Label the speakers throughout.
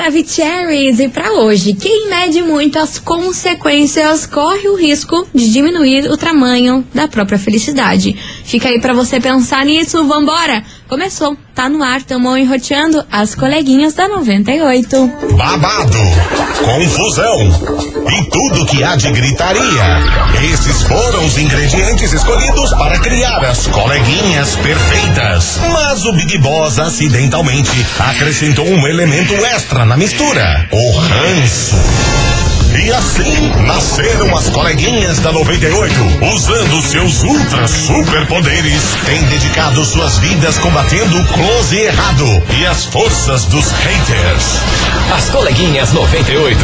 Speaker 1: Maravicheries, e pra hoje, quem mede muito as consequências corre o risco de diminuir o tamanho da própria felicidade. Fica aí pra você pensar nisso, vambora! Começou, tá no ar, tamo enroteando as coleguinhas da 98.
Speaker 2: Babado, confusão e tudo que há de gritaria. Esses foram os ingredientes escolhidos para criar as coleguinhas perfeitas. Mas o Big Boss acidentalmente acrescentou um elemento extra na mistura: o ranço. E assim nasceram as coleguinhas da 98, usando seus ultra superpoderes, têm dedicado suas vidas combatendo o close e errado e as forças dos haters.
Speaker 3: As coleguinhas 98.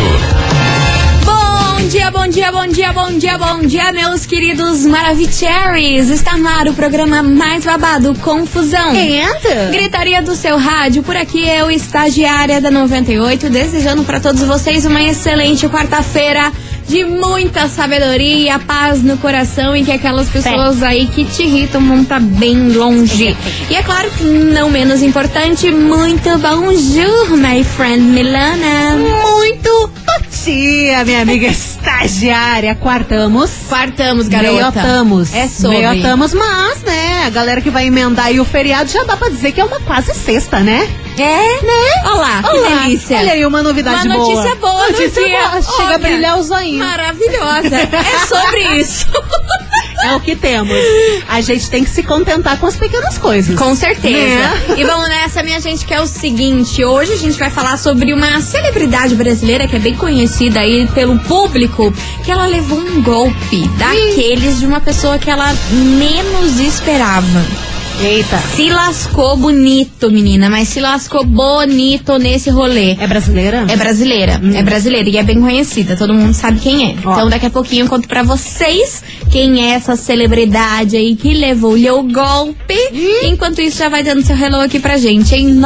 Speaker 1: Bom dia, bom dia, bom dia, bom dia, bom dia, meus queridos Maravicheries. Está no ar o programa mais babado, Confusão.
Speaker 4: Entra.
Speaker 1: Gritaria do seu rádio, por aqui eu, estagiária da 98, desejando para todos vocês uma excelente quarta-feira de muita sabedoria, paz no coração e que aquelas pessoas aí que te irritam vão estar bem longe. E é claro que não menos importante, muito bonjour, my friend Milana.
Speaker 4: Muito bom dia, minha amiga estagiária. Quartamos, garota. Meiotamos.
Speaker 1: É sobre.
Speaker 4: Meiotamos, mas, né, a galera que vai emendar aí o feriado já dá pra dizer que é uma quase sexta, né?
Speaker 1: É? Né? Olá, que delícia.
Speaker 4: Olha aí uma novidade boa.
Speaker 1: Uma notícia boa no dia.
Speaker 4: Chega a brilhar os olhinhos.
Speaker 1: Maravilhosa. É sobre isso.
Speaker 4: É o que temos. A gente tem que se contentar com as pequenas coisas.
Speaker 1: Com certeza.
Speaker 4: Né?
Speaker 1: E vamos nessa, minha gente, que é o seguinte. Hoje a gente vai falar sobre uma celebridade brasileira que é bem conhecida aí pelo público, que ela levou um golpe daqueles de uma pessoa que ela menos esperava.
Speaker 4: Eita.
Speaker 1: Se lascou bonito, menina, mas se lascou bonito nesse rolê.
Speaker 4: É brasileira?
Speaker 1: É brasileira, é brasileira e é bem conhecida, todo mundo sabe quem é. Então daqui a pouquinho eu conto pra vocês quem é essa celebridade aí que levou-lhe o golpe. Enquanto isso, já vai dando seu hello aqui pra gente em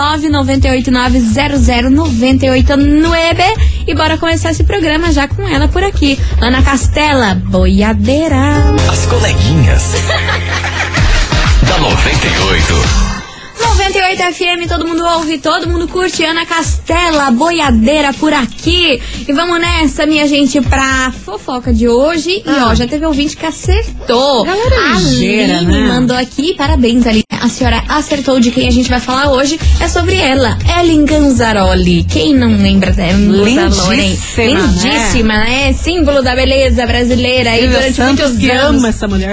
Speaker 1: 998900989. E bora começar esse programa já com ela por aqui, Ana Castela, boiadeira.
Speaker 3: As coleguinhas da 98.
Speaker 1: 98 FM, todo mundo ouve, todo mundo curte. Ana Castela, boiadeira por aqui. E vamos nessa, minha gente, pra fofoca de hoje. E ó, já teve ouvinte que acertou.
Speaker 4: Galera ligeira,
Speaker 1: a Aline
Speaker 4: né?
Speaker 1: mandou aqui, parabéns, Aline. A senhora acertou de quem a gente vai falar hoje. É sobre ela, Ellen Ganzaroli. Quem não lembra dela? Lindíssima, né? Símbolo da beleza brasileira. E durante muitos anos.
Speaker 4: Ama essa mulher.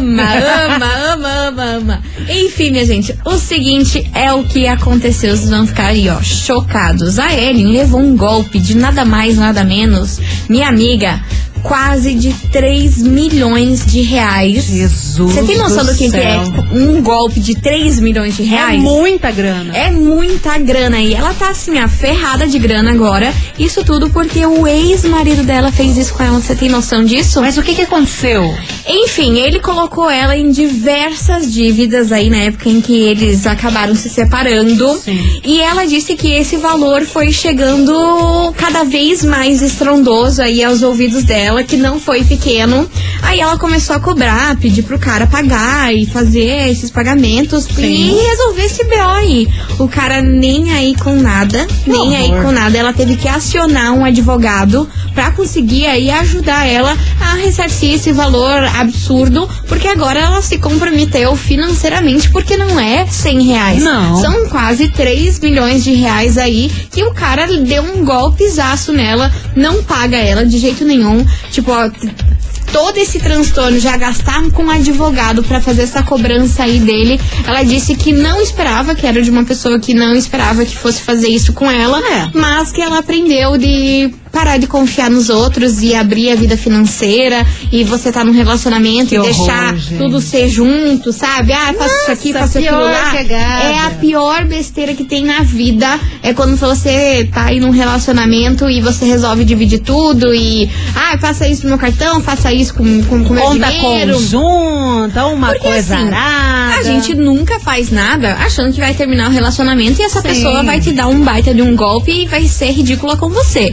Speaker 1: Ama. Enfim, minha gente, o seguinte é o que aconteceu. Vocês vão ficar aí, ó, chocados. A Ellen levou um golpe de nada mais, nada menos, minha amiga, quase de 3 milhões de reais.
Speaker 4: Jesus.
Speaker 1: Você tem noção do que é um golpe de 3 milhões de reais?
Speaker 4: É muita grana.
Speaker 1: É muita grana. E ela tá assim, ferrada de grana agora. Isso tudo porque o ex-marido dela fez isso com ela. Você tem noção disso?
Speaker 4: Mas o que aconteceu?
Speaker 1: Enfim, ele colocou ela em diversas dívidas aí na época em que eles acabaram se separando.
Speaker 4: Sim.
Speaker 1: E ela disse que esse valor foi chegando cada vez mais estrondoso aí aos ouvidos dela, que não foi pequeno. Aí ela começou a cobrar, pedir pro cara pagar e fazer esses pagamentos. Sim. E resolver esse BO aí. O cara nem aí com nada, nem aí com nada. Ela teve que acionar um advogado pra conseguir aí ajudar ela a ressarcir esse valor absurdo, porque agora ela se comprometeu financeiramente, porque não é 100 reais.
Speaker 4: Não.
Speaker 1: São quase 3 milhões de reais aí que o cara deu um golpezaço nela, não paga ela de jeito nenhum. Tipo, ó, todo esse transtorno, já gastar com um advogado pra fazer essa cobrança aí dele. Ela disse que não esperava, que era de uma pessoa que não esperava que fosse fazer isso com ela, mas que ela aprendeu de parar de confiar nos outros e abrir a vida financeira, e você tá num relacionamento e deixar tudo ser junto, sabe? Ah, faço isso aqui, faço aquilo lá. É a pior besteira que tem na vida. É quando você tá aí num relacionamento e você resolve dividir tudo e faça isso no meu cartão, faça isso com meu
Speaker 4: conta
Speaker 1: dinheiro.
Speaker 4: Conjunta, uma
Speaker 1: porque,
Speaker 4: coisa
Speaker 1: assim,
Speaker 4: arada.
Speaker 1: a gente nunca faz nada achando que vai terminar o relacionamento e essa pessoa vai te dar um baita de um golpe e vai ser ridícula com você.
Speaker 4: Não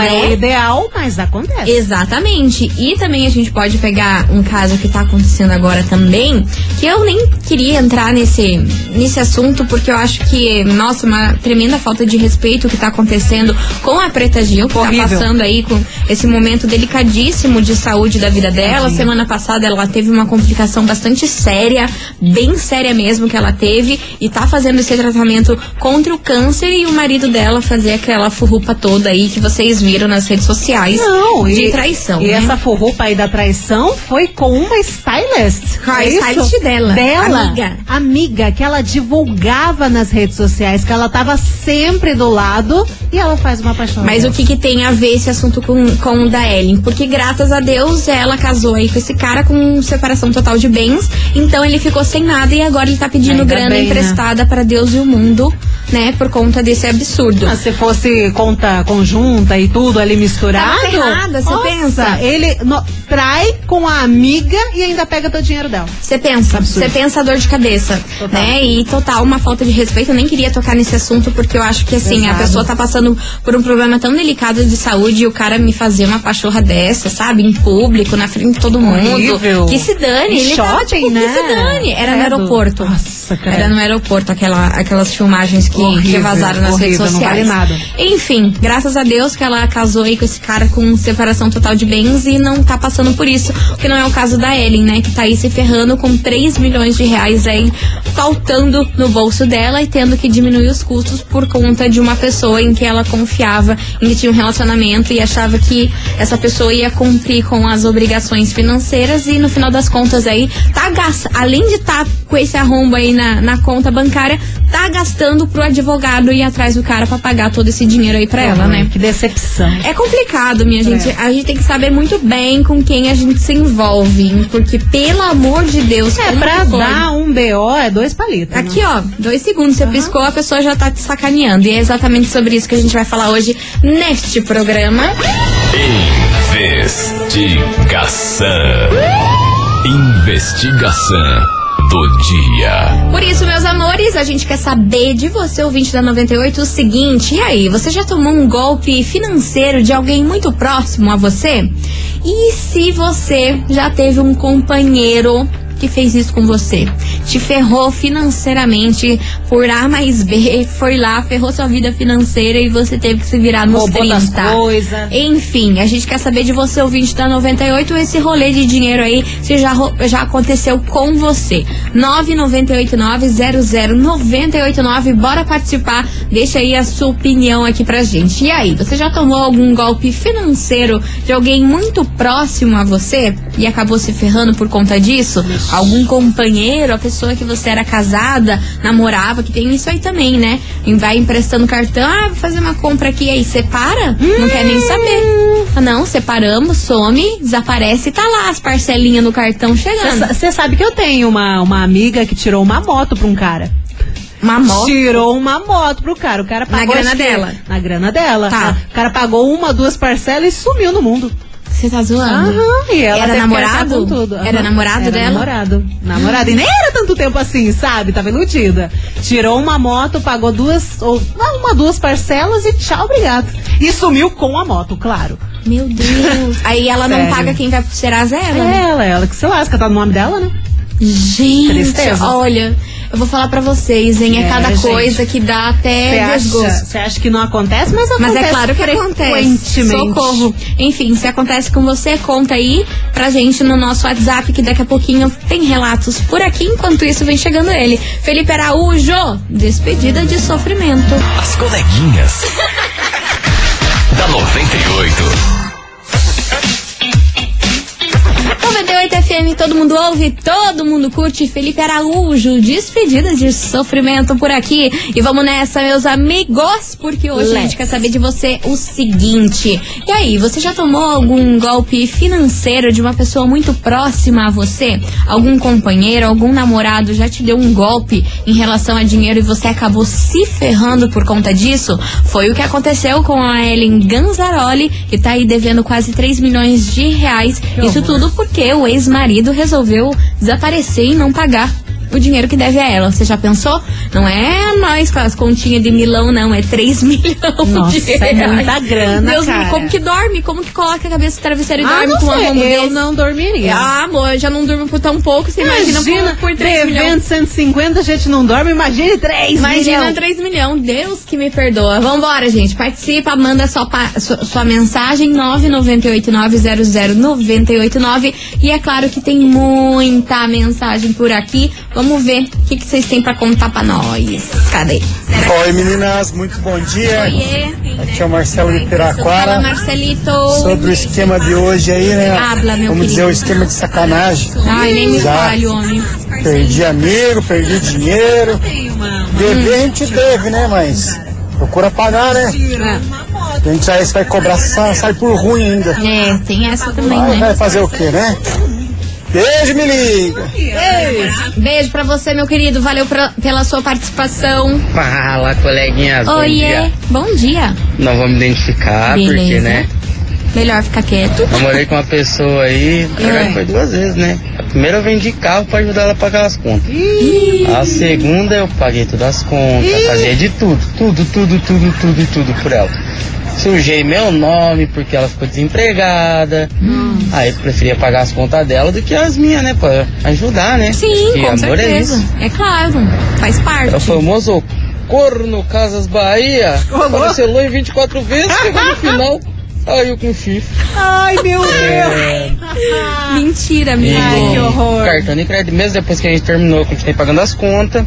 Speaker 4: é o ideal, mas acontece.
Speaker 1: Exatamente. E também a gente pode pegar um caso que tá acontecendo agora também, que eu nem queria entrar nesse assunto, porque eu acho que, nossa, uma tremenda falta de respeito que tá acontecendo com a Preta Gil, que tá passando aí com esse momento delicadíssimo de saúde da vida dela. Semana passada ela teve uma complicação bastante séria, bem séria mesmo que ela teve, e tá fazendo esse tratamento contra o câncer, e o marido dela fazer aquela furrupa toda aí que vocês viram nas redes sociais de traição.
Speaker 4: E
Speaker 1: né?
Speaker 4: essa furrupa aí da traição foi com uma stylist.
Speaker 1: A stylist dela.
Speaker 4: Amiga, que ela divulgava nas redes sociais, que ela tava sempre do lado, e ela faz uma paixão.
Speaker 1: Mas o que tem a ver esse assunto com o da Ellen? Porque graças a Deus ela casou aí com esse cara com separação total de bens, então ele ficou sem nada, e agora ele tá pedindo grana emprestada pra Deus e o mundo, né, por conta desse absurdo.
Speaker 4: Se fosse conta conjunta e tudo ali misturado,
Speaker 1: tá errada, você pensa?
Speaker 4: Ele trai com a amiga e ainda pega todo o dinheiro dela.
Speaker 1: Você pensa a dor de cabeça, né? E total, uma falta de respeito. Eu nem queria tocar nesse assunto, porque eu acho que assim, a pessoa tá passando por um problema tão delicado de saúde, e o cara me fazer uma pachorra dessa, sabe? Em público, na frente de todo mundo.
Speaker 4: Horrível.
Speaker 1: Que se dane. Ele
Speaker 4: shopping,
Speaker 1: tava,
Speaker 4: né?
Speaker 1: Que se dane. Era no aeroporto.
Speaker 4: Nossa, cara.
Speaker 1: Era no aeroporto, aquelas filmagens que vazaram nas redes sociais.
Speaker 4: Não vale nada.
Speaker 1: Enfim, graças a Deus que ela casou aí com esse cara com separação total de bens e não tá passando por isso, que não é o caso da Ellen, né, que tá aí se ferrando com 3 milhões de reais aí faltando no bolso dela e tendo que diminuir os custos por conta de uma pessoa em que ela confiava, em que tinha um relacionamento e achava que essa pessoa ia cumprir com as obrigações financeiras, e no final das contas aí além de estar com esse arrombo aí na conta bancária, tá gastando pro advogado ir atrás do cara pra pagar todo esse dinheiro aí pra ela, né?
Speaker 4: Que decepção.
Speaker 1: É complicado, minha gente. A gente tem que saber muito bem com quem a gente se envolve, hein? Porque, pelo amor de Deus...
Speaker 4: pra dar um BO é 2 palitos.
Speaker 1: Aqui, ó, 2 segundos. Você piscou, a pessoa já tá te sacaneando. E é exatamente sobre isso que a gente vai falar hoje neste programa.
Speaker 3: Investigação do dia.
Speaker 1: Por isso, meus amores, a gente quer saber de você, ouvinte da 98, o seguinte: e aí, você já tomou um golpe financeiro de alguém muito próximo a você? E se você já teve um companheiro que fez isso com você, te ferrou financeiramente por A mais B, foi lá, ferrou sua vida financeira e você teve que se virar nos 30. Enfim, a gente quer saber de você, ouvinte da 98, esse rolê de dinheiro aí, se já aconteceu com você. 998900989, bora participar, deixa aí a sua opinião aqui pra gente. E aí, você já tomou algum golpe financeiro de alguém muito próximo a você e acabou se ferrando por conta disso? Algum companheiro, a pessoa que você era casada, namorava, que tem isso aí também, né? E vai emprestando cartão, vou fazer uma compra aqui, aí separa, não quer nem saber. Não, separamos, some, desaparece e tá lá as parcelinhas no cartão chegando.
Speaker 4: Você sabe que eu tenho uma amiga que tirou uma moto pra um cara.
Speaker 1: Uma moto?
Speaker 4: Tirou uma moto pro cara. O cara pagou...
Speaker 1: Na grana dela?
Speaker 4: Na grana dela.
Speaker 1: Tá.
Speaker 4: O cara pagou 1, 2 parcelas e sumiu no mundo.
Speaker 1: Você tá zoando?
Speaker 4: E ela
Speaker 1: era namorado? Era namorado dela?
Speaker 4: Namorado. E nem era tanto tempo assim, sabe? Tava iludida. Tirou uma moto, pagou 2 parcelas e tchau, obrigado. E sumiu com a moto, claro.
Speaker 1: Meu Deus. Aí ela não paga quem vai pro Serasa, ela, né?
Speaker 4: Ela que se lasca, tá no nome dela, né?
Speaker 1: Gente,
Speaker 4: tristeza.
Speaker 1: Olha, eu vou falar pra vocês, hein? É cada coisa que dá até desgosto.
Speaker 4: Você acha que não acontece? Mas acontece.
Speaker 1: Mas é claro que acontece. Socorro. Enfim, se acontece com você, conta aí pra gente no nosso WhatsApp, que daqui a pouquinho tem relatos por aqui. Enquanto isso, vem chegando ele. Felipe Araújo, despedida de sofrimento.
Speaker 3: As coleguinhas da 98.
Speaker 1: 98 FM, todo mundo ouve, todo mundo curte. Felipe Araújo, despedida de sofrimento por aqui. E vamos nessa, meus amigos, porque hoje a gente quer saber de você o seguinte: e aí, você já tomou algum golpe financeiro de uma pessoa muito próxima a você? Algum companheiro, algum namorado já te deu um golpe em relação a dinheiro e você acabou se ferrando por conta disso? Foi o que aconteceu com a Ellen Ganzaroli, que tá aí devendo quase 3 milhões de reais. Isso tudo porque o ex-marido resolveu desaparecer e não pagar. o dinheiro que deve a ela. Você já pensou? Não é nós com as continhas de milão, não. É 3 milhões
Speaker 4: Nossa,
Speaker 1: de reais.
Speaker 4: é muita grana,
Speaker 1: Deus,
Speaker 4: cara.
Speaker 1: como que dorme? Como que coloca a cabeça no travesseiro e dorme
Speaker 4: não
Speaker 1: com uma
Speaker 4: sei,
Speaker 1: bomba
Speaker 4: eu
Speaker 1: desse?
Speaker 4: não dormiria.
Speaker 1: Ah, amor, eu já não durmo por tão pouco. Você imagina por 3 milhões.
Speaker 4: devendo 150, a gente não dorme, imagine 3
Speaker 1: Imagina
Speaker 4: milhões.
Speaker 1: 3 milhões. Deus que me perdoa. Vambora, gente. Participa, manda sua mensagem 998900989. E é claro que tem muita mensagem por aqui. Vamos ver o que vocês têm pra contar pra nós. Cadê?
Speaker 5: Oi meninas, muito bom dia.
Speaker 1: Oiê.
Speaker 5: Aqui é o Marcelo de
Speaker 1: Fala,
Speaker 5: Piraquara.
Speaker 1: Marcelito.
Speaker 5: Sobre o esquema de hoje aí, né?
Speaker 1: Habla, meu
Speaker 5: Vamos dizer,
Speaker 1: querido.
Speaker 5: o esquema de sacanagem.
Speaker 1: Ai, nem me
Speaker 5: Já
Speaker 1: fale, homem.
Speaker 5: Perdi amigo, perdi dinheiro. Dever a gente deve, né? Mas procura pagar, né? A gente aí vai cobrar, sai por ruim ainda.
Speaker 1: É, tem essa também,
Speaker 5: Vai
Speaker 1: né?
Speaker 5: fazer o quê, né? Beijo, me liga.
Speaker 1: Beijo pra você, meu querido. Valeu pela sua participação.
Speaker 6: Fala, coleguinhas, bom
Speaker 1: Oiê.
Speaker 6: dia.
Speaker 1: Bom dia.
Speaker 6: Não vou me identificar,
Speaker 1: Beleza.
Speaker 6: porque, né,
Speaker 1: Melhor ficar quieto.
Speaker 6: namorei com uma pessoa aí, foi 2 vezes, né? A primeira eu vendi carro pra ajudar ela a pagar as contas. A segunda eu paguei todas as contas, fazia de tudo por ela. Sujei meu nome porque ela ficou desempregada. Aí eu preferia pagar as contas dela do que as minhas, né? Pra ajudar, né?
Speaker 1: Sim,
Speaker 6: Porque
Speaker 1: com
Speaker 6: amor
Speaker 1: certeza.
Speaker 6: é isso.
Speaker 1: É claro, faz parte.
Speaker 6: É o famoso corno Casas Bahia. Parcelou em 24 vezes, chegou no final, saiu com chifre.
Speaker 4: Ai, meu Deus.
Speaker 1: Mentira, amigo.
Speaker 4: Ai, que horror.
Speaker 6: Cartão de crédito, mesmo depois que a gente terminou, continuei pagando as contas.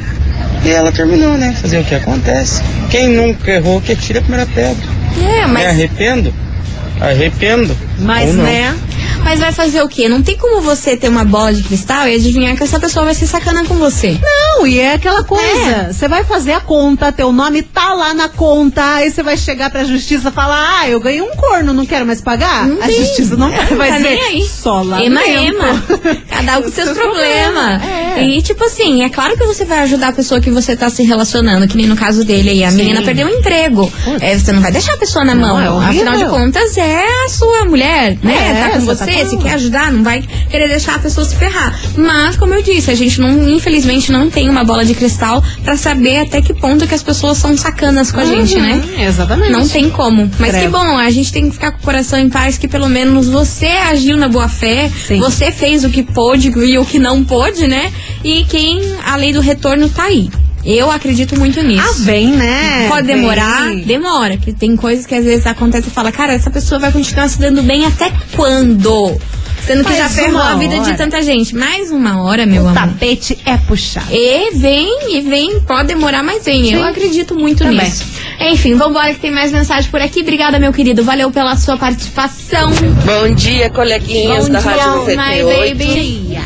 Speaker 6: E ela terminou, né? Fazer o que acontece. Quem nunca errou, que tira a primeira pedra.
Speaker 1: É,
Speaker 6: Me
Speaker 1: mas,
Speaker 6: arrependo? Arrependo.
Speaker 4: Mas,
Speaker 6: Ou não.
Speaker 4: né?
Speaker 1: mas vai fazer o quê? Não tem como você ter uma bola de cristal e adivinhar que essa pessoa vai ser sacana com você.
Speaker 4: Não, e é aquela coisa. Você vai fazer a conta, teu nome tá lá na conta, aí você vai chegar pra justiça e falar, eu ganhei um corno, não quero mais pagar?
Speaker 1: Não
Speaker 4: a
Speaker 1: tem.
Speaker 4: justiça não vai
Speaker 1: Tá
Speaker 4: dizer,
Speaker 1: nem aí.
Speaker 4: só lá
Speaker 1: Ema.
Speaker 4: dentro.
Speaker 1: Cada um com seus problemas.
Speaker 4: É.
Speaker 1: E tipo assim, é claro que você vai ajudar a pessoa que você tá se relacionando, que nem no caso dele aí. A menina perdeu o emprego. Você não vai deixar a pessoa na mão.
Speaker 4: é horrível.
Speaker 1: Afinal de contas, é a sua mulher, né?
Speaker 4: É,
Speaker 1: tá com
Speaker 4: você
Speaker 1: você,
Speaker 4: tá com
Speaker 1: se
Speaker 4: ela.
Speaker 1: quer ajudar, não vai querer deixar a pessoa se ferrar. Mas, como eu disse, a gente não, infelizmente, não tem uma bola de cristal pra saber até que ponto que as pessoas são sacanas com a gente, né?
Speaker 4: Exatamente.
Speaker 1: Não tem como. Mas
Speaker 4: Credo.
Speaker 1: que bom, a gente tem que ficar com o coração em paz, que pelo menos você agiu na boa fé,
Speaker 4: Sim.
Speaker 1: você fez o que pôde e o que não pôde, né? E a lei do retorno tá aí. Eu acredito muito nisso.
Speaker 4: Vem, né?
Speaker 1: Pode demorar,
Speaker 4: Vem.
Speaker 1: demora. Que tem coisas que às vezes acontecem e fala, cara, essa pessoa vai continuar se dando bem até quando? Sendo que
Speaker 4: Mais
Speaker 1: já ferrou
Speaker 4: uma
Speaker 1: a vida de
Speaker 4: hora.
Speaker 1: tanta gente. Mais uma hora, meu
Speaker 4: O
Speaker 1: amor.
Speaker 4: tapete é puxado.
Speaker 1: E vem, pode demorar, mas vem. Eu acredito muito
Speaker 4: Também.
Speaker 1: nisso. Enfim, vambora que tem mais mensagem por aqui. Obrigada, meu querido. Valeu pela sua participação.
Speaker 7: Bom dia, coleguinhas
Speaker 1: Bom
Speaker 7: da
Speaker 1: dia,
Speaker 7: Rádio
Speaker 1: my
Speaker 7: 98.
Speaker 1: baby.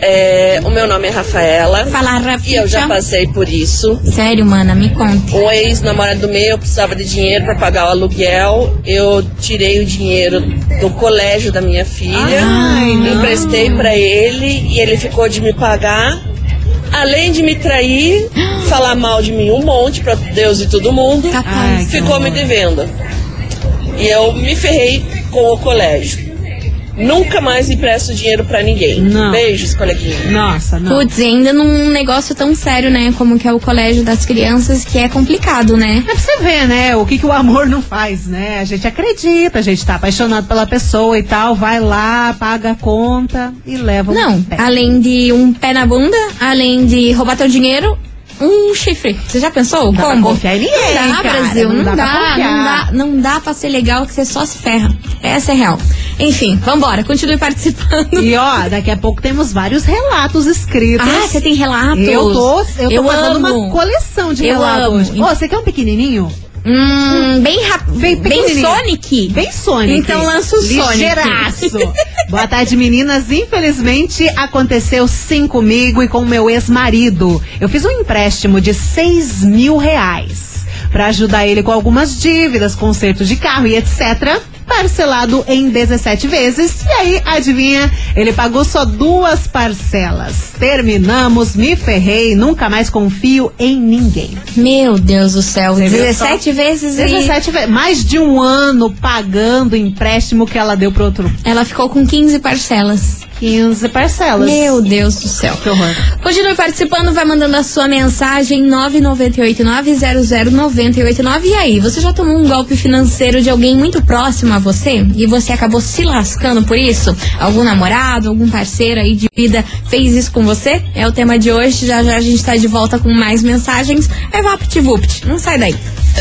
Speaker 7: O meu nome é Rafaela.
Speaker 1: Fala,
Speaker 7: E
Speaker 1: Rafinha.
Speaker 7: eu já passei por isso.
Speaker 1: Sério, mana, me conta.
Speaker 7: Um ex-namorado meu precisava de dinheiro para pagar o aluguel. Eu tirei o dinheiro do colégio da minha filha, emprestei para ele e ele ficou de me pagar. Além de me trair, falar mal de mim um monte para Deus e todo mundo,
Speaker 1: Capaz.
Speaker 7: ficou me devendo. E eu me ferrei com o colégio. Nunca mais empresto dinheiro pra ninguém.
Speaker 4: Não.
Speaker 7: Beijos, coleguinha.
Speaker 4: Nossa, não.
Speaker 1: Putz, e ainda num negócio tão sério, né? Como que é o colégio das crianças, que é complicado, né?
Speaker 4: É pra você ver, né? O que o amor não faz, né? A gente acredita, a gente tá apaixonado pela pessoa e tal, vai lá, paga a conta e leva
Speaker 1: Não,
Speaker 4: um pé.
Speaker 1: além de um pé na bunda, além de roubar teu dinheiro, um chifre. Você já pensou?
Speaker 4: Dá pra
Speaker 1: Como?
Speaker 4: confiar em ninguém,
Speaker 1: Não dá,
Speaker 4: cara,
Speaker 1: Brasil.
Speaker 4: não dá pra confiar.
Speaker 1: Não dá pra ser legal que você só se ferra. Essa é real. Enfim, vambora, continue participando.
Speaker 4: E ó, daqui a pouco temos vários relatos escritos.
Speaker 1: Ah, você tem relatos?
Speaker 4: Eu tô fazendo
Speaker 1: amo.
Speaker 4: uma coleção de
Speaker 1: Eu
Speaker 4: relatos
Speaker 1: amo.
Speaker 4: hoje. Ô, você quer um pequenininho?
Speaker 1: Bem rápido.
Speaker 4: Bem
Speaker 1: Bem
Speaker 4: pequenininho.
Speaker 1: Sonic?
Speaker 4: Bem Sonic.
Speaker 1: Então lança o Sonic.
Speaker 4: Ligeiraço. Boa tarde, meninas. Infelizmente, aconteceu sim comigo e com meu ex-marido. Eu fiz um empréstimo de R$6.000 pra ajudar ele com algumas dívidas, conserto de carro e etc., parcelado em 17 vezes. E aí, adivinha? Ele pagou só 2 parcelas. Terminamos, me ferrei, nunca mais confio em ninguém.
Speaker 1: Meu Deus do céu.
Speaker 4: Você viu
Speaker 1: 17 vezes
Speaker 4: 17 vezes. Mais de um ano pagando o empréstimo que ela deu pro outro.
Speaker 1: e ela ficou com 15 parcelas.
Speaker 4: 15 parcelas.
Speaker 1: Meu Deus do céu.
Speaker 4: Que horror.
Speaker 1: Continue participando, vai mandando a sua mensagem 998900989. E aí, você já tomou um golpe financeiro de alguém muito próximo a você? E você acabou se lascando por isso? Algum namorado, algum parceiro aí de vida fez isso com você? É o tema de hoje, já já a gente tá de volta com mais mensagens. É VaptVupt, não sai daí.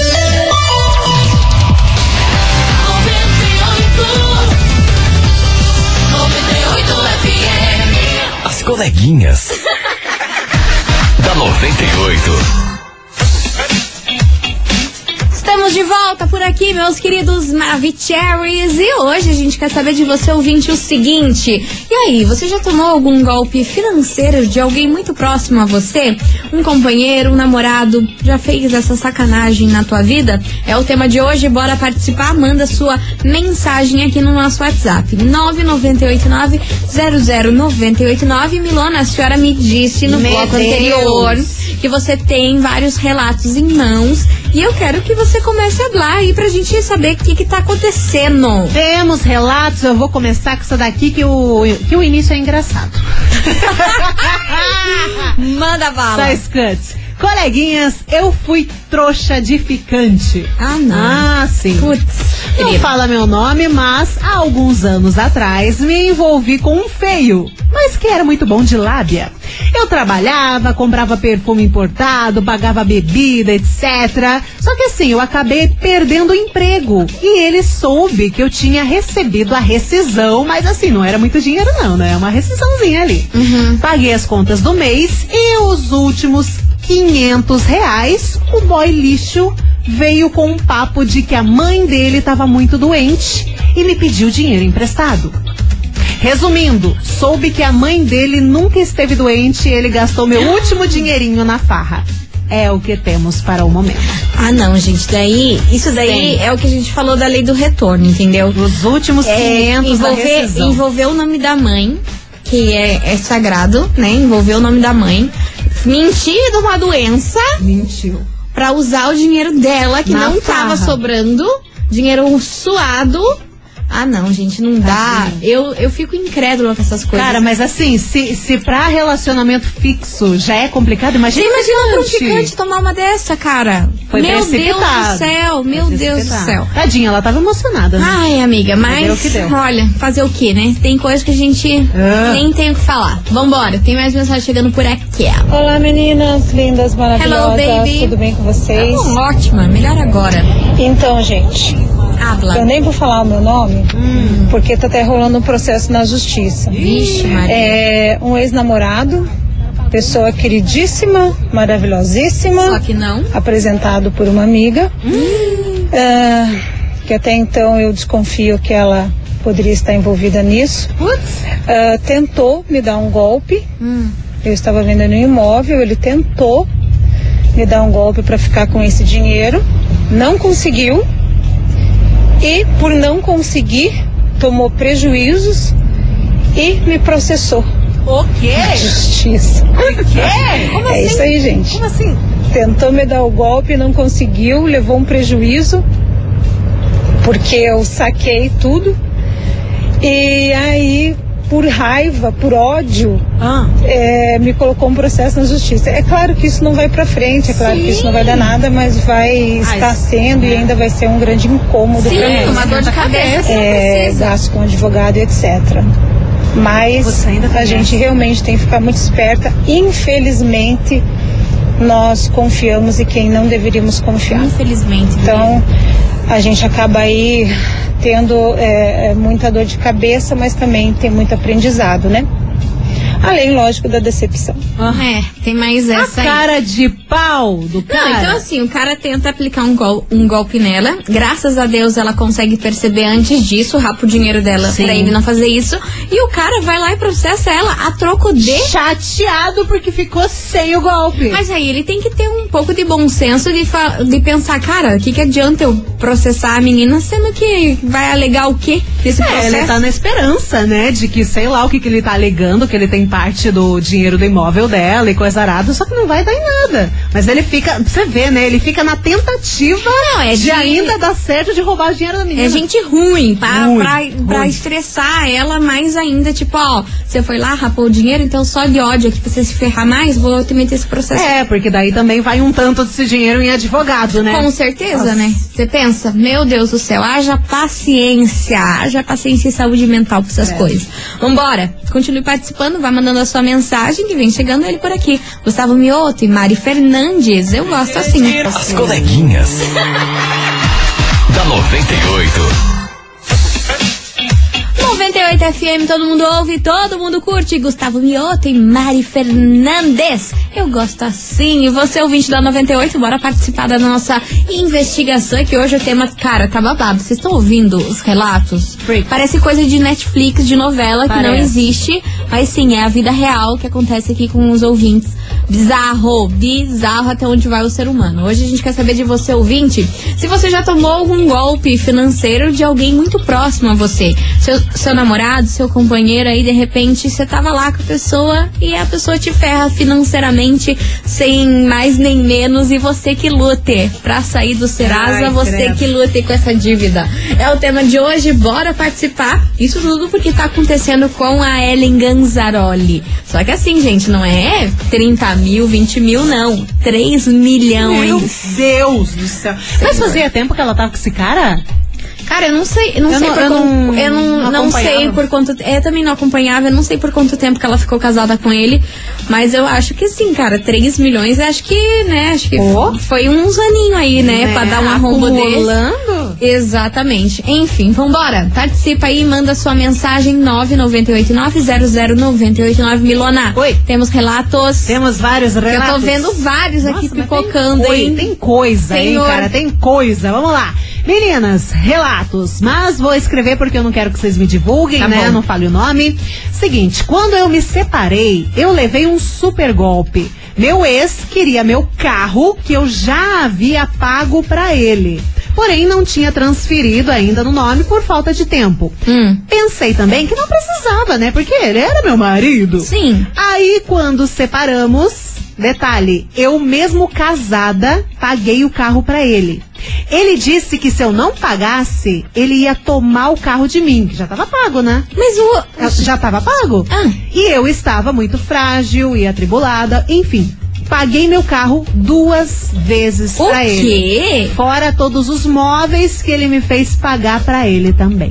Speaker 3: As coleguinhas da 98.
Speaker 1: Estamos de volta por aqui, meus queridos Maravicheries. E hoje a gente quer saber de você, ouvinte, o seguinte. E aí, você já tomou algum golpe financeiro de alguém muito próximo a você? Um companheiro, um namorado, já fez essa sacanagem na tua vida? É o tema de hoje, bora participar. Manda sua mensagem aqui no nosso WhatsApp 998900989. Milona, a senhora me disse no bloco anterior que você tem vários relatos em mãos e eu quero que você comece a falar aí pra gente saber o que tá acontecendo.
Speaker 4: Temos relatos, eu vou começar com essa daqui que o início é engraçado.
Speaker 1: Manda bala.
Speaker 4: Só escute. Coleguinhas, eu fui trouxa de ficante.
Speaker 1: Ah, não.
Speaker 4: Ah, sim.
Speaker 1: Putz,
Speaker 4: não fala meu nome, mas há alguns anos atrás me envolvi com um feio, mas que era muito bom de lábia. Eu trabalhava, comprava perfume importado, pagava bebida, etc. Só que assim, eu acabei perdendo o emprego. E ele soube que eu tinha recebido a rescisão, mas assim, não era muito dinheiro não, né? Uma rescisãozinha ali. Paguei as contas do mês e os últimos R$500, o boy lixo veio com um papo de que a mãe dele estava muito doente e me pediu dinheiro emprestado. Resumindo, soube que a mãe dele nunca esteve doente e ele gastou meu último dinheirinho na farra. É o que temos para o momento.
Speaker 1: Ah, não, gente, isso daí é o que a gente falou da lei do retorno, entendeu?
Speaker 4: Os últimos 500 da rescisão.
Speaker 1: Envolver o nome da mãe, que é sagrado, né? Envolver o nome da mãe. Mentir de uma doença.
Speaker 4: Mentiu.
Speaker 1: Pra usar o dinheiro dela, que não tava sobrando. Dinheiro suado. Ah, não, gente, não dá. Eu fico incrédula com essas coisas.
Speaker 4: Cara, mas assim, se pra relacionamento fixo já é complicado, imagina
Speaker 1: pra um ficante tomar uma dessa, cara.
Speaker 4: Foi
Speaker 1: meu
Speaker 4: precipitado.
Speaker 1: Deus do céu, meu Deus do céu.
Speaker 4: Tadinha, ela tava emocionada, né?
Speaker 1: Ai, amiga, mas olha, fazer o quê, né? Tem coisa que a gente nem tem o que falar. Vambora, tem mais mensagem chegando por aqui.
Speaker 8: Olá, meninas lindas, maravilhosas.
Speaker 1: Hello, baby.
Speaker 8: Tudo bem com vocês?
Speaker 1: Ótima, melhor agora.
Speaker 8: Então, gente, eu nem vou falar o meu nome, porque tá até rolando um processo na justiça.
Speaker 1: Vixe, Maria.
Speaker 8: É um ex-namorado, pessoa queridíssima, maravilhosíssima.
Speaker 1: Só que não.
Speaker 8: Apresentado por uma amiga. Que até então eu desconfio que ela poderia estar envolvida nisso. Tentou me dar um golpe. Eu estava vendendo um imóvel, ele tentou me dar um golpe para ficar com esse dinheiro. Não conseguiu. E por não conseguir, tomou prejuízos e me processou.
Speaker 4: O quê?
Speaker 8: Na justiça.
Speaker 4: O quê? Como assim?
Speaker 8: É isso aí, gente.
Speaker 4: Como assim?
Speaker 8: Tentou me dar o golpe, não conseguiu, levou um prejuízo, porque eu saquei tudo. E aí, por raiva, por ódio, me colocou um processo na justiça. É claro que isso não vai pra frente, é claro que isso não vai dar nada, mas vai estar sendo e ainda vai ser um grande incômodo pra mim.
Speaker 1: Uma dor de cabeça.
Speaker 8: Gasto com advogado, etc. Mas a gente realmente tem que ficar muito esperta. Infelizmente, nós confiamos em quem não deveríamos confiar.
Speaker 1: Infelizmente.
Speaker 8: Então, a gente acaba aí tendo muita dor de cabeça, mas também tem muito aprendizado, né? Além, lógico, da decepção.
Speaker 1: Tem mais essa aí.
Speaker 4: A cara de pau do cara.
Speaker 1: Não, então assim, o cara tenta aplicar um golpe nela. Graças a Deus ela consegue perceber antes disso, rapa o dinheiro dela pra ele não fazer isso. E o cara vai lá e processa ela a troco de...
Speaker 4: Chateado porque ficou sem o golpe.
Speaker 1: Mas aí ele tem que ter um pouco de bom senso de pensar, cara, o que adianta eu processar a menina, sendo que vai alegar o quê desse processo?
Speaker 4: Ele tá na esperança, né, de que sei lá o que ele tá alegando, que ele tem parte do dinheiro do imóvel dela e coisa arada, só que não vai dar em nada. Mas ele fica, você vê, né? Ele fica na tentativa de ainda dar certo de roubar o dinheiro da menina.
Speaker 1: É gente ruim, pra estressar ela mais ainda, tipo, ó, você foi lá, rapou o dinheiro, então só de ódio aqui pra você se ferrar mais, vou te meter esse processo.
Speaker 4: Porque daí também vai um tanto desse dinheiro em advogado, né?
Speaker 1: Com certeza, né? Você pensa, meu Deus do céu, haja paciência e saúde mental pra essas coisas. Vambora, continue participando, vai mandando a sua mensagem que vem chegando ele por aqui. Gustavo Mioto e Mari Fernandes, eu gosto assim.
Speaker 3: As coleguinhas da 98.
Speaker 1: 98 FM, todo mundo ouve, todo mundo curte. Gustavo Mioto e Mari Fernandes. Eu gosto assim. E você, ouvinte da 98, bora participar da nossa investigação, que hoje o tema, cara, tá babado. Vocês estão ouvindo os relatos? Parece coisa de Netflix, de novela, que não existe. Mas sim, é a vida real que acontece aqui com os ouvintes. Bizarro até onde vai o ser humano. Hoje a gente quer saber de você, ouvinte, se você já tomou algum golpe financeiro de alguém muito próximo a você. Seu namorado, seu companheiro, aí de repente você tava lá com a pessoa e a pessoa te ferra financeiramente sem mais nem menos, e você que lute pra sair do Serasa, você que lute com essa dívida. É o tema de hoje, bora participar. Isso tudo porque tá acontecendo com a Ellen Ganzaroli. Só que assim, gente, não é 30 mil, 20 mil, não. 3 milhões.
Speaker 4: Meu Deus do céu. Mas fazia tempo que ela tava com esse cara?
Speaker 1: Cara, eu não sei por quanto tempo. Eu também não acompanhava, eu não sei por quanto tempo que ela ficou casada com ele. Mas eu acho que sim, cara, 3 milhões, acho que foi uns aninhos aí, né? Pra dar um arrombo desse. Exatamente. Enfim, vambora. Participa aí, manda sua mensagem 998900989. Milona,
Speaker 4: oi.
Speaker 1: Temos relatos.
Speaker 4: Temos vários relatos.
Speaker 1: Eu tô vendo vários aqui pipocando, hein?
Speaker 4: Tem coisa, hein, cara? Tem coisa. Vamos lá. Meninas, relatos, mas vou escrever porque eu não quero que vocês me divulguem, tá, né? Bom. Não fale o nome. Seguinte, quando eu me separei, eu levei um super golpe. Meu ex queria meu carro, que eu já havia pago pra ele. Porém, não tinha transferido ainda no nome por falta de tempo. Pensei também que não precisava, né? Porque ele era meu marido.
Speaker 1: Sim.
Speaker 4: Aí, quando separamos... Detalhe, eu mesmo casada, paguei o carro pra ele. Ele disse que se eu não pagasse, ele ia tomar o carro de mim, que já tava pago, né?
Speaker 1: Mas
Speaker 4: já tava pago. E eu estava muito frágil e atribulada, enfim. Paguei meu carro 2 vezes pra ele.
Speaker 1: O quê?
Speaker 4: Fora todos os móveis que ele me fez pagar pra ele também.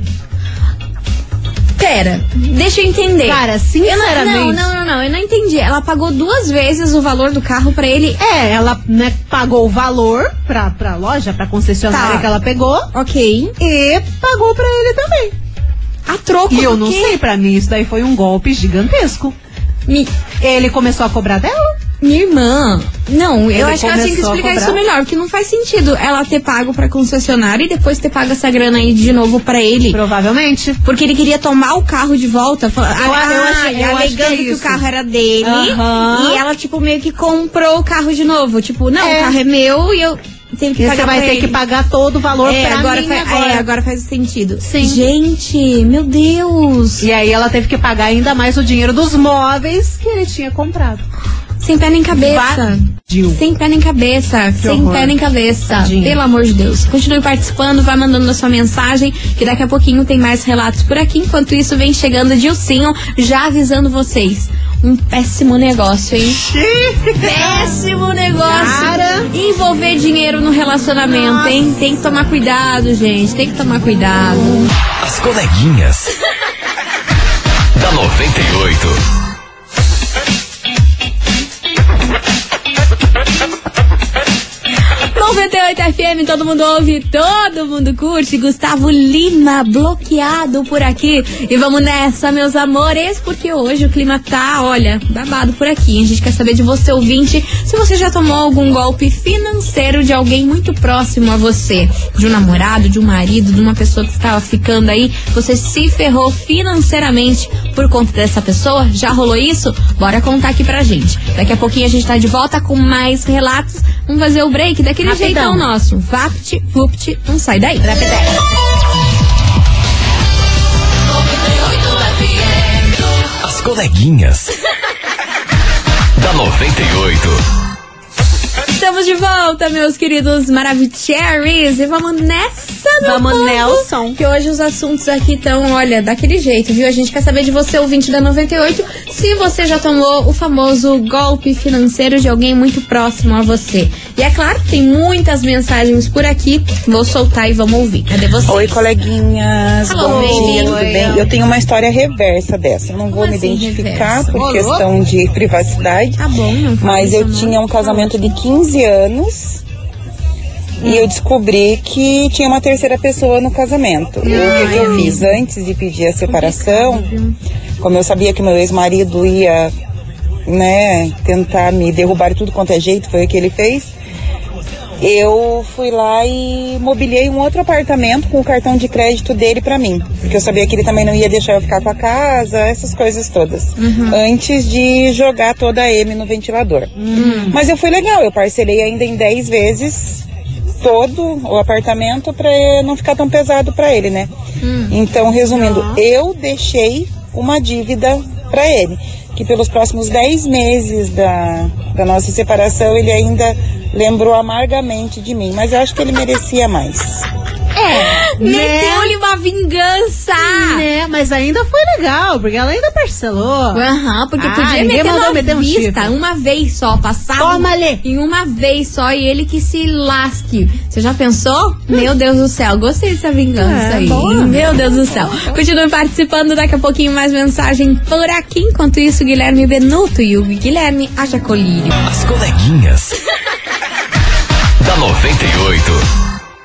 Speaker 1: Pera, deixa eu entender.
Speaker 4: Cara, sinceramente...
Speaker 1: Não, eu não entendi. Ela pagou 2 vezes o valor do carro pra ele?
Speaker 4: Ela, né, pagou o valor pra loja, pra concessionária que ela pegou.
Speaker 1: Ok.
Speaker 4: E pagou pra ele também.
Speaker 1: A troco.
Speaker 4: E eu não sei, pra mim isso daí foi um golpe gigantesco. Ele começou a cobrar dela?
Speaker 1: Minha irmã, não, eu acho que ela tinha que explicar isso melhor, porque não faz sentido ela ter pago pra concessionária e depois ter pago essa grana aí de novo pra ele.
Speaker 4: Provavelmente.
Speaker 1: Porque ele queria tomar o carro de volta, alegando que o carro era dele, e ela, tipo, meio que comprou o carro de novo. Tipo, não, o carro é meu e eu... Tem que pagar,
Speaker 4: você vai ter que pagar todo o valor pra
Speaker 1: agora
Speaker 4: mim
Speaker 1: agora faz sentido.
Speaker 4: Sim.
Speaker 1: Gente, meu Deus.
Speaker 4: E aí ela teve que pagar ainda mais o dinheiro dos móveis que ele tinha comprado.
Speaker 1: Sem pé nem cabeça. Sem pé nem cabeça. Sem pé nem cabeça. Tadinho. Pelo amor de Deus. Continue participando, vai mandando a sua mensagem, que daqui a pouquinho tem mais relatos por aqui. Enquanto isso, vem chegando Dilcinho, já avisando vocês. Um péssimo negócio, hein? Péssimo negócio.
Speaker 4: Cara.
Speaker 1: Envolver dinheiro no relacionamento, nossa, hein? Tem que tomar cuidado, gente. Tem que tomar cuidado.
Speaker 3: As coleguinhas da 98.
Speaker 1: 98 FM, todo mundo ouve, todo mundo curte. Gustavo Lima, bloqueado por aqui. E vamos nessa, meus amores, porque hoje o clima tá, olha, babado por aqui. A gente quer saber de você, ouvinte, se você já tomou algum golpe financeiro de alguém muito próximo a você. De um namorado, de um marido, de uma pessoa que estava ficando aí. Você se ferrou financeiramente por conta dessa pessoa? Já rolou isso? Bora contar aqui pra gente. Daqui a pouquinho a gente tá de volta com mais relatos. Vamos fazer o break daquele jeitão nosso. Vapt, vupt, não sai daí.
Speaker 3: As coleguinhas da 98.
Speaker 1: Estamos de volta, meus queridos Maravicheries. E vamos nessa,
Speaker 4: Vamos, Nelson.
Speaker 1: Que hoje os assuntos aqui estão, olha, daquele jeito, viu? A gente quer saber de você, ouvinte da 98, se você já tomou o famoso golpe financeiro de alguém muito próximo a você. E é claro, tem muitas mensagens por aqui. Vou soltar e vamos ouvir. Cadê você?
Speaker 9: Oi, coleguinhas.
Speaker 1: Alô,
Speaker 9: bom dia, tudo
Speaker 1: oi.
Speaker 9: bem? Eu tenho uma história reversa dessa. Eu não vou
Speaker 1: Como
Speaker 9: me
Speaker 1: assim,
Speaker 9: identificar
Speaker 1: reversa?
Speaker 9: por
Speaker 1: Ô,
Speaker 9: questão de privacidade.
Speaker 1: Tá bom, não fala
Speaker 9: Mas
Speaker 1: isso,
Speaker 9: eu
Speaker 1: não.
Speaker 9: tinha um casamento de 15 anos e eu descobri que tinha uma terceira pessoa no casamento. O que eu fiz antes de pedir a separação, como eu sabia que meu ex-marido ia, né, tentar me derrubar de tudo quanto é jeito, foi o que ele fez. Eu fui lá e mobiliei um outro apartamento com o cartão de crédito dele pra mim. Porque eu sabia que ele também não ia deixar eu ficar com a casa, essas coisas todas. Antes de jogar toda a M no ventilador. Mas eu fui legal, eu parcelei ainda em 10 vezes todo o apartamento pra não ficar tão pesado pra ele, né? Então, resumindo, eu deixei uma dívida pra ele. Que pelos próximos 10 meses da nossa separação, ele ainda lembrou amargamente de mim. Mas eu acho que ele merecia mais.
Speaker 1: Meteu-lhe uma vingança.
Speaker 4: Né, mas ainda foi legal, porque ela ainda parcelou.
Speaker 1: Aham, porque podia
Speaker 4: ninguém
Speaker 1: meter
Speaker 4: mandou
Speaker 1: uma
Speaker 4: meter um
Speaker 1: vista,
Speaker 4: chifre.
Speaker 1: uma vez só, passado
Speaker 4: Toma ali.
Speaker 1: em uma vez só, e ele que se lasque. Você já pensou? Meu Deus do céu, gostei dessa vingança aí.
Speaker 4: boa.
Speaker 1: Meu Deus do céu. Continue participando, daqui a pouquinho mais mensagem por aqui. Enquanto isso, Guilherme Benuto e o Guilherme haja colírio.
Speaker 3: As coleguinhas. Da 98.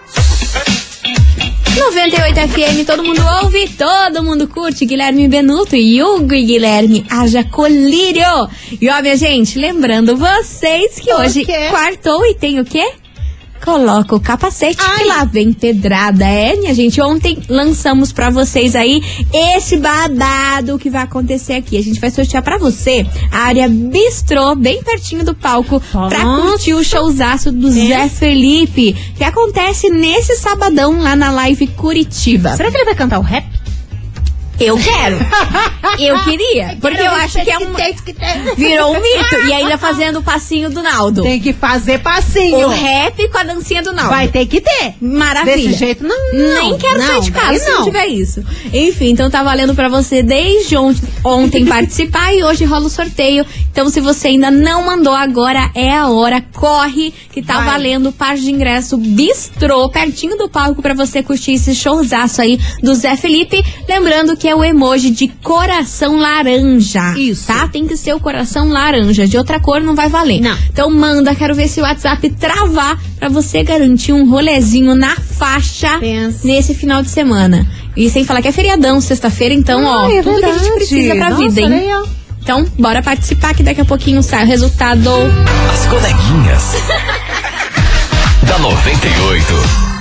Speaker 1: 98 FM, todo mundo ouve, todo mundo curte. Guilherme Benuto e Hugo e Guilherme haja colírio. E ó, minha gente, lembrando vocês que hoje quartou e tem o quê? Coloca o capacete que lá vem pedrada. Minha gente, ontem lançamos pra vocês aí esse babado que vai acontecer aqui. A gente vai sortear pra você a área bistrô, bem pertinho do palco, pra curtir o showzaço do Zé Felipe, que acontece nesse sabadão lá na Live Curitiba.
Speaker 4: Será que ele vai cantar o rap?
Speaker 1: Eu quero. Eu queria. Porque eu acho que é um... Virou um mito. E ainda fazendo o passinho do Naldo.
Speaker 4: Tem que fazer passinho.
Speaker 1: O rap com a dancinha do Naldo.
Speaker 4: Vai ter que ter.
Speaker 1: Maravilha.
Speaker 4: Desse jeito, não.
Speaker 1: Nem quero sair de casa se não tiver isso. Enfim, então tá valendo pra você desde ontem participar e hoje rola o sorteio. Então se você ainda não mandou, agora é a hora. Corre que tá valendo par de ingresso bistrô, pertinho do palco pra você curtir esse showzaço aí do Zé Felipe. Lembrando que é o emoji de coração laranja.
Speaker 4: Isso.
Speaker 1: Tá? Tem que ser o coração laranja. De outra cor não vai valer.
Speaker 4: Não.
Speaker 1: Então manda, quero ver se o WhatsApp travar pra você garantir um rolezinho na faixa nesse final de semana. E sem falar que é feriadão, sexta-feira, então, tudo que a gente precisa pra vida, hein?
Speaker 4: Legal.
Speaker 1: Então, bora participar que daqui a pouquinho sai o resultado.
Speaker 3: As coleguinhas. Da 98.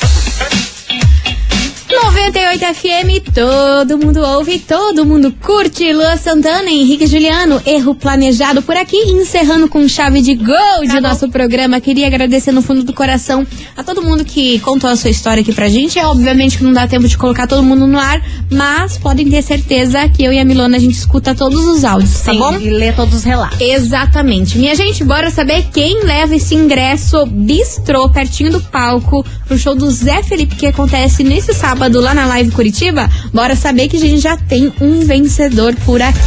Speaker 1: 98 FM, todo mundo ouve, todo mundo curte. Lua Santana, Henrique Juliano, erro planejado por aqui, encerrando com chave de gol de nosso programa. Queria agradecer no fundo do coração a todo mundo que contou a sua história aqui pra gente. É obviamente que não dá tempo de colocar todo mundo no ar, mas podem ter certeza que eu e a Milona a gente escuta todos os áudios, tá bom?
Speaker 4: E lê todos os relatos.
Speaker 1: Exatamente. Minha gente, bora saber quem leva esse ingresso bistrô pertinho do palco pro show do Zé Felipe que acontece nesse sábado lá na Live Curitiba. Bora saber que a gente já tem um vencedor por aqui.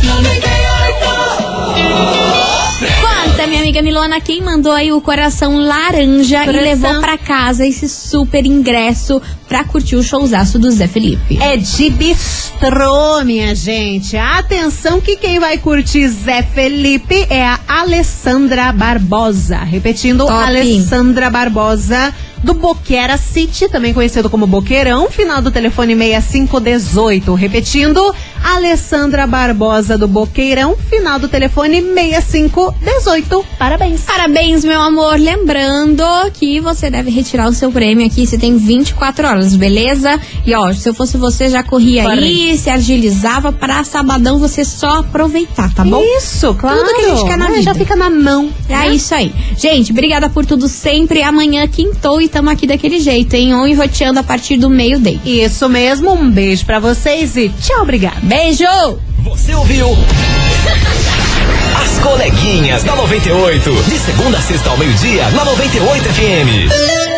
Speaker 1: Conta, minha amiga Milona, quem mandou aí o coração laranja e levou pra casa esse super ingresso pra curtir o showzaço do Zé Felipe?
Speaker 4: É de bistrô, minha gente. Atenção que quem vai curtir Zé Felipe é a Alessandra Barbosa. Repetindo,
Speaker 1: Top.
Speaker 4: Alessandra Barbosa do Boqueira City, também conhecido como Boqueirão, final do telefone 6518. Repetindo, Alessandra Barbosa do Boqueirão, final do telefone 6518. Parabéns.
Speaker 1: Parabéns, meu amor. Lembrando que você deve retirar o seu prêmio aqui, você tem 24 horas, beleza? E ó, se eu fosse você, já corria aí, se agilizava pra sabadão você só aproveitar, tá bom?
Speaker 4: Isso, claro.
Speaker 1: Tudo que a gente quer na vida.
Speaker 4: Já fica na mão.
Speaker 1: É isso aí. Gente, obrigada por tudo sempre. Amanhã quintou e tamo aqui daquele jeito, hein? On e roteando a partir do meio-dia.
Speaker 4: Isso mesmo, um beijo pra vocês e tchau, obrigada.
Speaker 1: Beijo!
Speaker 3: Você ouviu? As coleguinhas da 98. De segunda a sexta ao meio-dia, na 98 FM.